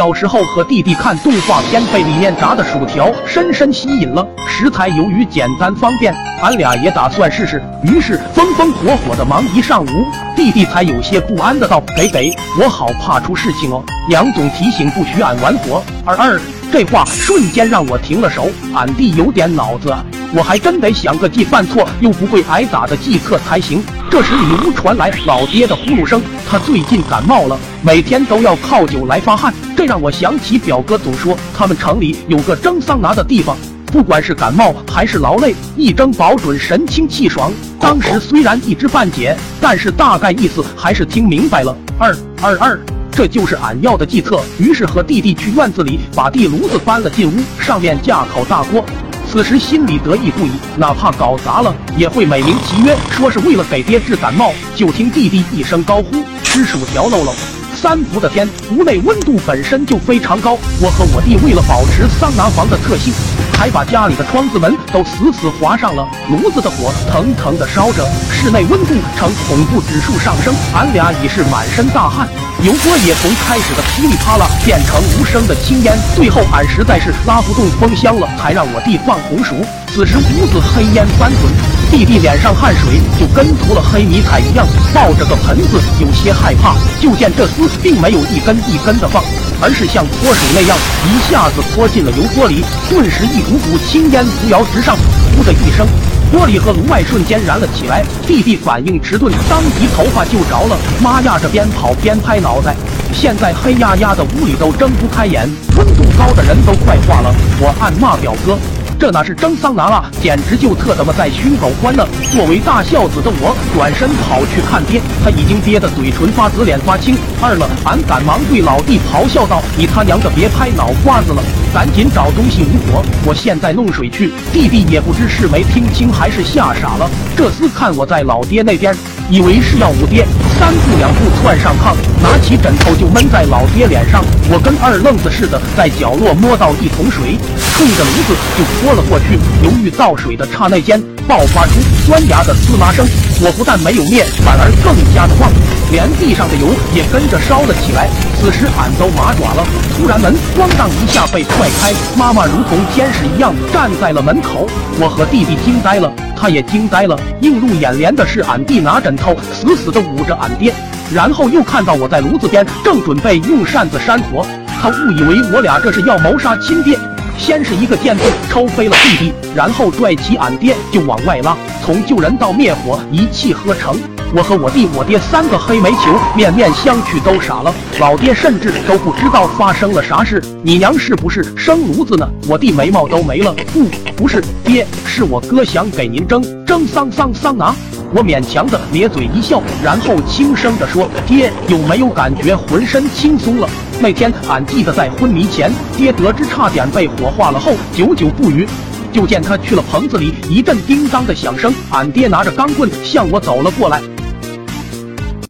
小时候和弟弟看动画片，被里面炸的薯条深深吸引了。食材由于简单方便，俺俩也打算试试，于是风风火火的忙一上午。弟弟才有些不安的道：“给，我好怕出事情哦，娘总提醒不许俺玩火。”这话瞬间让我停了手，俺弟有点脑子啊，我还真得想个计，犯错又不会挨打的计策才行。这时里屋传来老爹的呼噜声，他最近感冒了，每天都要靠酒来发汗，这让我想起表哥总说他们城里有个蒸桑拿的地方，不管是感冒还是劳累，一蒸保准神清气爽。当时虽然一知半解，但是大概意思还是听明白了。这就是俺要的计策。于是和弟弟去院子里把地炉子搬了进屋，上面架口大锅。此时心里得意不已，哪怕搞砸了也会美名其曰，说是为了给爹治感冒。就听弟弟一声高呼：“吃薯条喽！”三伏的天，屋内温度本身就非常高，我和我弟为了保持桑拿房的特性，还把家里的窗子门都死死划上了。炉子的火腾腾的烧着，室内温度呈恐怖指数上升，俺俩已是满身大汗，油锅也从开始的噼里啪啦变成无声的青烟。最后俺实在是拉不动风箱了，才让我弟放红薯。此时屋子黑烟翻滚，弟弟脸上汗水就跟涂了黑迷彩一样，抱着个盆子有些害怕。就见这丝并没有一根一根的放，而是像泼水那样一下子泼进了油锅里，顿时一股股青烟扶摇直上，呼的一声，锅里和炉外瞬间燃了起来。弟弟反应迟钝，当即头发就着了，妈呀，这边跑边拍脑袋。现在黑压压的屋里都睁不开眼，温度高的人都快化了。我暗骂表哥，这哪是蒸桑拿啊，简直就特他妈在熏狗欢呢。作为大孝子的我转身跑去看爹，他已经憋得嘴唇发紫脸发青。俺赶忙对老弟咆哮道：“你他娘的别拍脑瓜子了，赶紧找东西捂火，我现在弄水去。”弟弟也不知是没听清还是吓傻了，这厮看我在老爹那边，以为是要捂爹，三步两步窜上炕，拿起枕头就闷在老爹脸上。我跟二愣子似的在角落摸到一桶水，冲着炉子就泼了过去。犹豫倒水的刹那间，爆发出钻牙的滋啦声，火不但没有灭，反而更加的旺，连地上的油也跟着烧了起来。此时俺都麻爪了，突然门咣当一下被踹开，妈妈如同天使一样站在了门口。我和弟弟惊呆了，他也惊呆了，映入眼帘的是俺弟拿枕头死死地捂着俺爹，然后又看到我在炉子边正准备用扇子扇火，他误以为我俩这是要谋杀亲爹，先是一个箭步抽飞了弟弟，然后拽起俺爹就往外拉，从救人到灭火一气呵成。我和我弟我爹三个黑煤球面面相觑，都傻了。老爹甚至都不知道发生了啥事，你娘是不是生炉子呢？我弟眉毛都没了，不是爹，是我哥想给您蒸桑拿。我勉强的咧嘴一笑，然后轻声地说：“爹，有没有感觉浑身轻松了？”那天俺记得在昏迷前，爹得知差点被火化了后，久久不语。就见他去了棚子里，一阵叮当的响声，俺爹拿着钢棍向我走了过来。